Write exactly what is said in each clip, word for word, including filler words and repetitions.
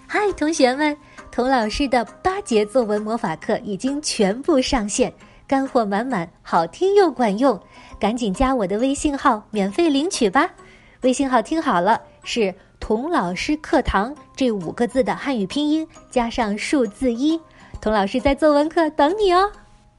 嗨，同学们，童老师的八节作文魔法课已经全部上线，干货满满，好听又管用，赶紧加我的微信号免费领取吧。微信号听好了，是童老师课堂这五个字的汉语拼音加上数字一，童老师在作文课等你哦。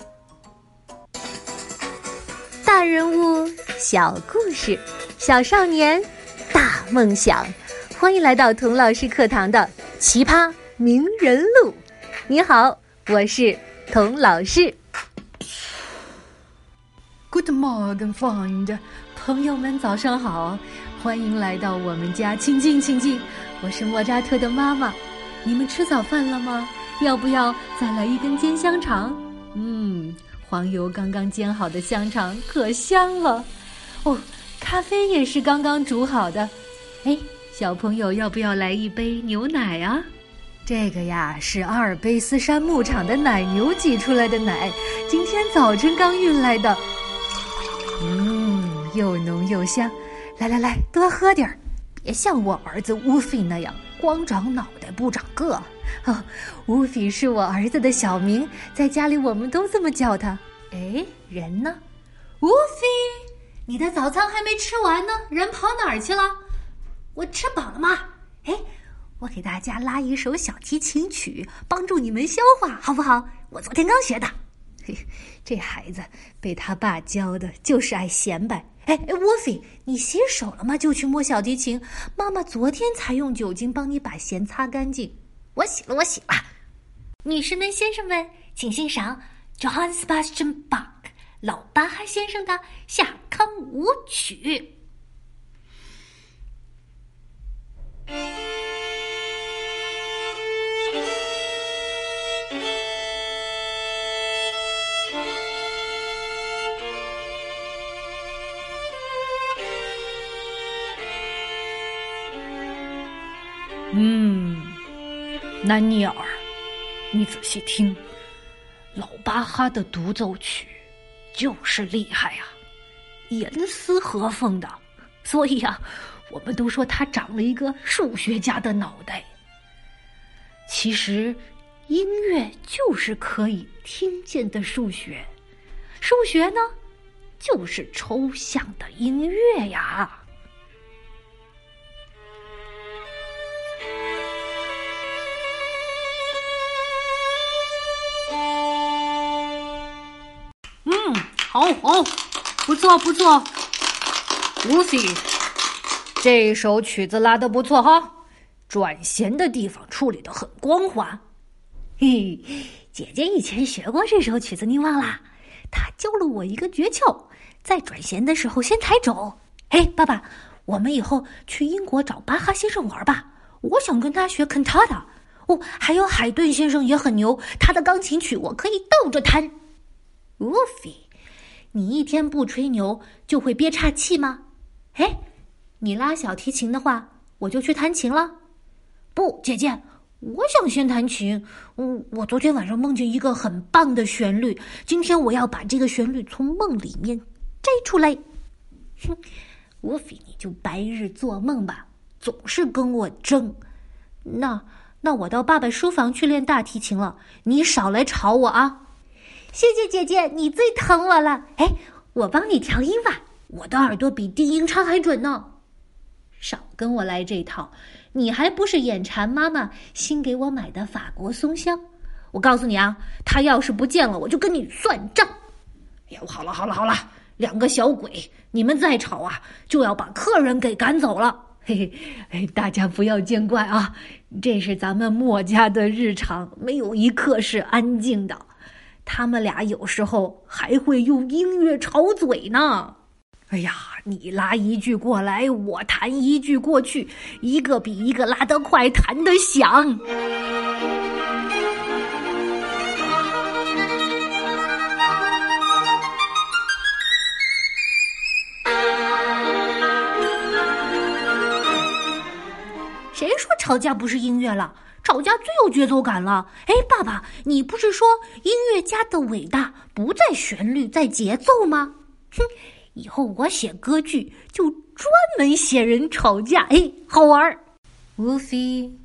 大人物，小故事，小少年，大梦想，欢迎来到童老师课堂的奇葩名人录。你好，我是童老师。Good morning, friend， 朋友们早上好，欢迎来到我们家，请进请进，我是莫扎特的妈妈。你们吃早饭了吗？要不要再来一根煎香肠？嗯，黄油刚刚煎好的香肠可香了哦，咖啡也是刚刚煮好的。哎，小朋友要不要来一杯牛奶啊？这个呀是阿尔卑斯山牧场的奶牛挤出来的奶，今天早晨刚运来的。嗯，又浓又香，来来来，多喝点儿，别像我儿子乌菲那样光长脑袋不长个。哦，乌菲是我儿子的小名，在家里我们都这么叫他。哎，人呢？乌菲，你的早餐还没吃完呢，人跑哪儿去了？我吃饱了吗？哎，我给大家拉一首小提琴曲，帮助你们消化，好不好？我昨天刚学的。嘿，这孩子被他爸教的，就是爱显摆。哎哎，沃菲，你洗手了吗？就去摸小提琴。妈妈昨天才用酒精帮你把弦擦干净。我洗了，我洗了。女士们、先生们，请欣赏 Johann Sebastian Bach 老巴哈先生的夏康舞曲。 嗯，南尼尔，你仔细听，老巴哈的独奏曲就是厉害呀、啊，严丝合缝的，所以啊，我们都说他长了一个数学家的脑袋。其实，音乐就是可以听见的数学，数学呢，就是抽象的音乐呀。好好，不错不错，乌菲，这首曲子拉得不错哈，转弦的地方处理得很光滑。 嘿，姐姐以前学过这首曲子，你忘啦？她教了我一个诀窍，在转弦的时候先抬肘。嘿，爸爸，我们以后去英国找巴哈先生玩吧，我想跟他学 cantata。哦，还有海顿先生也很牛，他的钢琴曲我可以倒着弹。乌菲，你一天不吹牛就会憋岔气吗？哎，你拉小提琴的话，我就去弹琴了。不，姐姐，我想先弹琴。嗯，我昨天晚上梦见一个很棒的旋律，今天我要把这个旋律从梦里面摘出来。哼，沃菲，你就白日做梦吧，总是跟我争。那那我到爸爸书房去练大提琴了，你少来吵我啊。谢谢姐姐，你最疼我了。哎，我帮你调音吧，我的耳朵比低音唱还准呢。少跟我来这套，你还不是眼馋妈妈新给我买的法国松香？我告诉你啊，它要是不见了，我就跟你算账。哎呀，好了好了好了，两个小鬼，你们再吵啊，就要把客人给赶走了。嘿嘿，大家不要见怪啊，这是咱们莫家的日常，没有一刻是安静的。他们俩有时候还会用音乐吵嘴呢。哎呀，你拉一句过来，我弹一句过去，一个比一个拉得快，弹得响。谁说吵架不是音乐了？吵架最有节奏感了。哎，爸爸，你不是说音乐家的伟大不在旋律，在节奏吗？哼，以后我写歌剧就专门写人吵架，哎，好玩。乌菲，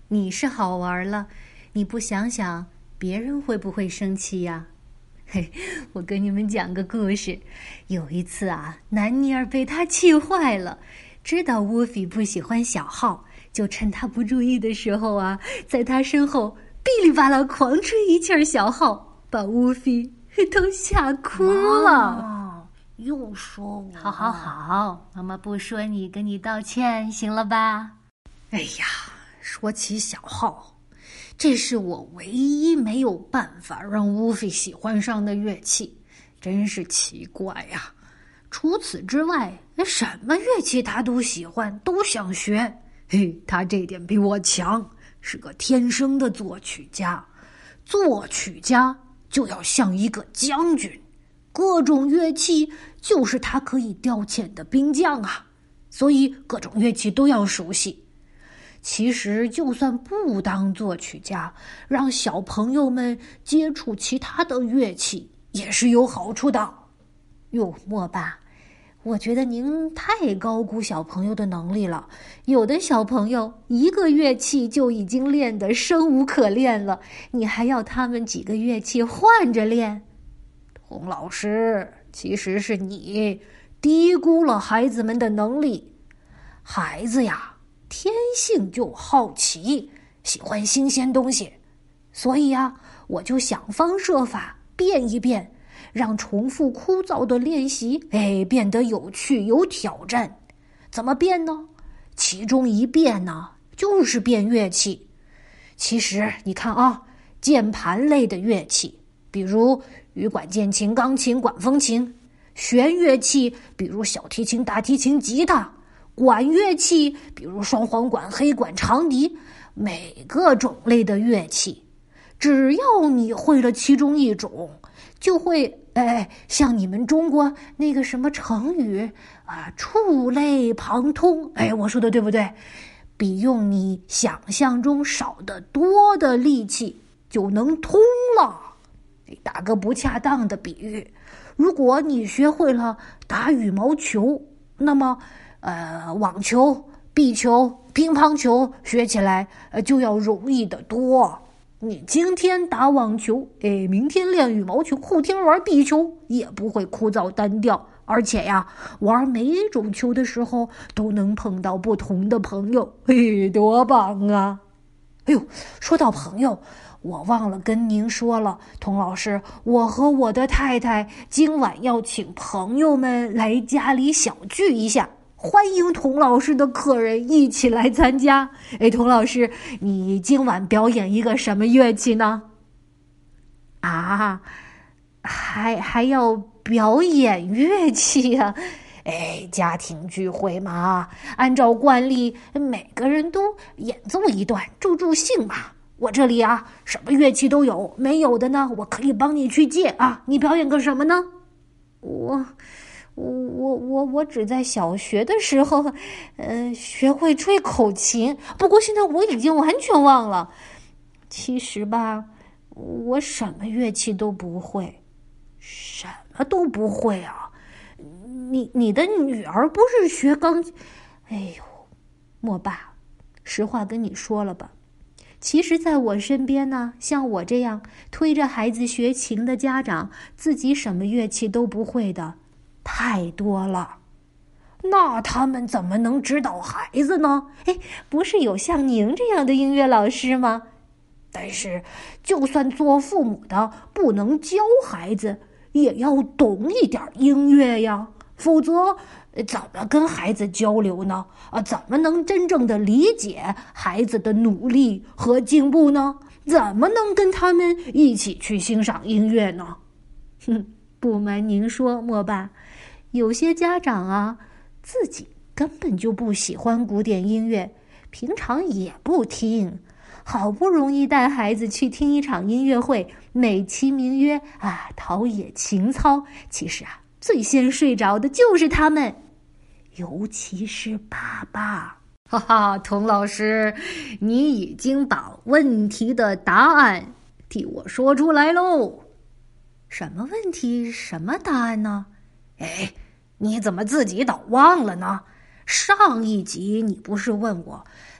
你是好玩了，你不想想别人会不会生气呀？嘿，我跟你们讲个故事。有一次啊，南尼尔被他气坏了，知道乌菲不喜欢小号，就趁他不注意的时候啊，在他身后哔哩吧啦狂吹一气儿小号，把乌菲都吓哭了。 哦，又说我。 好好好，妈妈不说你，跟你道歉，行了吧？ 哎呀，说起小号，这是我唯一没有办法让乌菲喜欢上的乐器，真是奇怪呀。除此之外，什么乐器他都喜欢，都想学。嘿，他这点比我强，是个天生的作曲家。作曲家就要像一个将军，各种乐器就是他可以调遣的兵将啊，所以各种乐器都要熟悉。其实就算不当作曲家，让小朋友们接触其他的乐器也是有好处的。 哟，莫爸，我觉得您太高估小朋友的能力了。有的小朋友一个乐器就已经练得生无可恋了，你还要他们几个乐器换着练？ 童老师，其实是你低估了孩子们的能力。孩子呀，天性就好奇，喜欢新鲜东西，所以呀，我就想方设法变一变，让重复枯燥的练习，哎，变得有趣有挑战。怎么变呢？其中一变呢，就是变乐器。其实你看啊，键盘类的乐器，比如羽管键琴、钢琴、管风琴；弦乐器，比如小提琴、大提琴、吉他。管乐器，比如双簧管、黑管、长笛，每个种类的乐器，只要你会了其中一种，就会哎，像你们中国那个什么成语啊，触类旁通。哎，我说的对不对？比用你想象中少得多的力气就能通了。打个不恰当的比喻，如果你学会了打羽毛球，那么呃，网球、壁球、乒乓球学起来呃就要容易得多。你今天打网球，哎，明天练羽毛球，后天玩壁球，也不会枯燥单调。而且呀，玩每种球的时候都能碰到不同的朋友，嘿，多棒啊！哎呦，说到朋友，我忘了跟您说了，童老师，我和我的太太今晚要请朋友们来家里小聚一下。欢迎童老师的客人一起来参加。哎，童老师，你今晚表演一个什么乐器呢？ 啊，还还要表演乐器呀、啊？ 哎，家庭聚会嘛，按照惯例，每个人都演奏一段，助助兴嘛。我这里啊，什么乐器都有，没有的呢，我可以帮你去借啊。你表演个什么呢？ 我。我我我只在小学的时候，呃，学会吹口琴，不过现在我已经完全忘了。其实吧，我什么乐器都不会。 什么都不会啊？ 你你的女儿不是学钢琴？哎呦，莫爸，实话跟你说了吧，其实在我身边呢，像我这样推着孩子学琴的家长，自己什么乐器都不会的太多了。 那他们怎么能指导孩子呢？ 哎，不是有像您这样的音乐老师吗？ 但是就算做父母的不能教孩子，也要懂一点音乐呀，否则怎么跟孩子交流呢？啊，怎么能真正的理解孩子的努力和进步呢？怎么能跟他们一起去欣赏音乐呢？ 哼，不瞒您说，莫爸，有些家长啊，自己根本就不喜欢古典音乐，平常也不听，好不容易带孩子去听一场音乐会，美其名曰啊陶冶情操，其实啊最先睡着的就是他们，尤其是爸爸。 哈哈，童老师，你已经把问题的答案替我说出来喽。 什么问题？什么答案呢？ 哎，你怎么自己倒忘了呢？上一集你不是问我，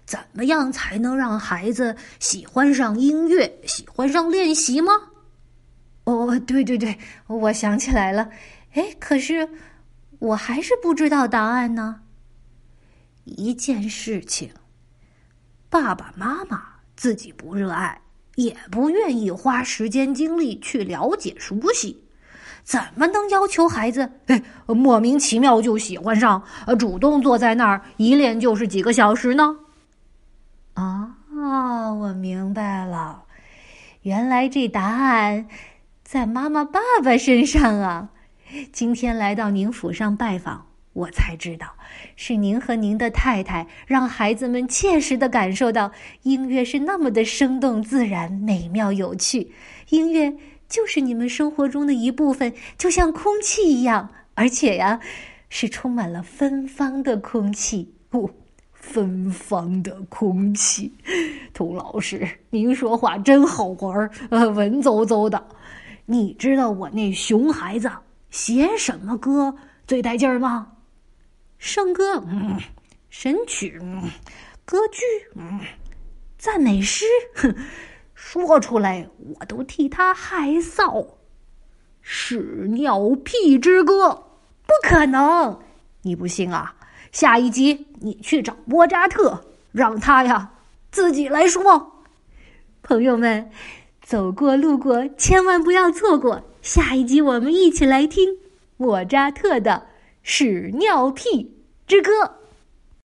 怎么样才能让孩子喜欢上音乐，喜欢上练习吗？ 哦，对对对，我想起来了。哎，可是我还是不知道答案呢。 一件事情，爸爸妈妈自己不热爱，也不愿意花时间精力去了解熟悉，怎么能要求孩子哎莫名其妙就喜欢上，呃主动坐在那儿一练就是几个小时呢？ 哦，我明白了，原来这答案在妈妈爸爸身上啊。今天来到您府上拜访，我才知道是您和您的太太让孩子们切实地感受到音乐是那么的生动自然、美妙有趣。音乐就是你们生活中的一部分，就像空气一样，而且呀，是充满了芬芳的空气。 哦，芬芳的空气，童老师，您说话真好玩，呃，文绉绉的。你知道我那熊孩子写什么歌最带劲儿吗？圣歌，嗯，神曲，嗯，歌剧，嗯，赞美诗，哼，说出来我都替他害臊。屎尿屁之歌，不可能！你不信啊？下一集你去找莫扎特，让他呀自己来说。 朋友们，走过路过千万不要错过，下一集我们一起来听莫扎特的《屎尿屁之歌》。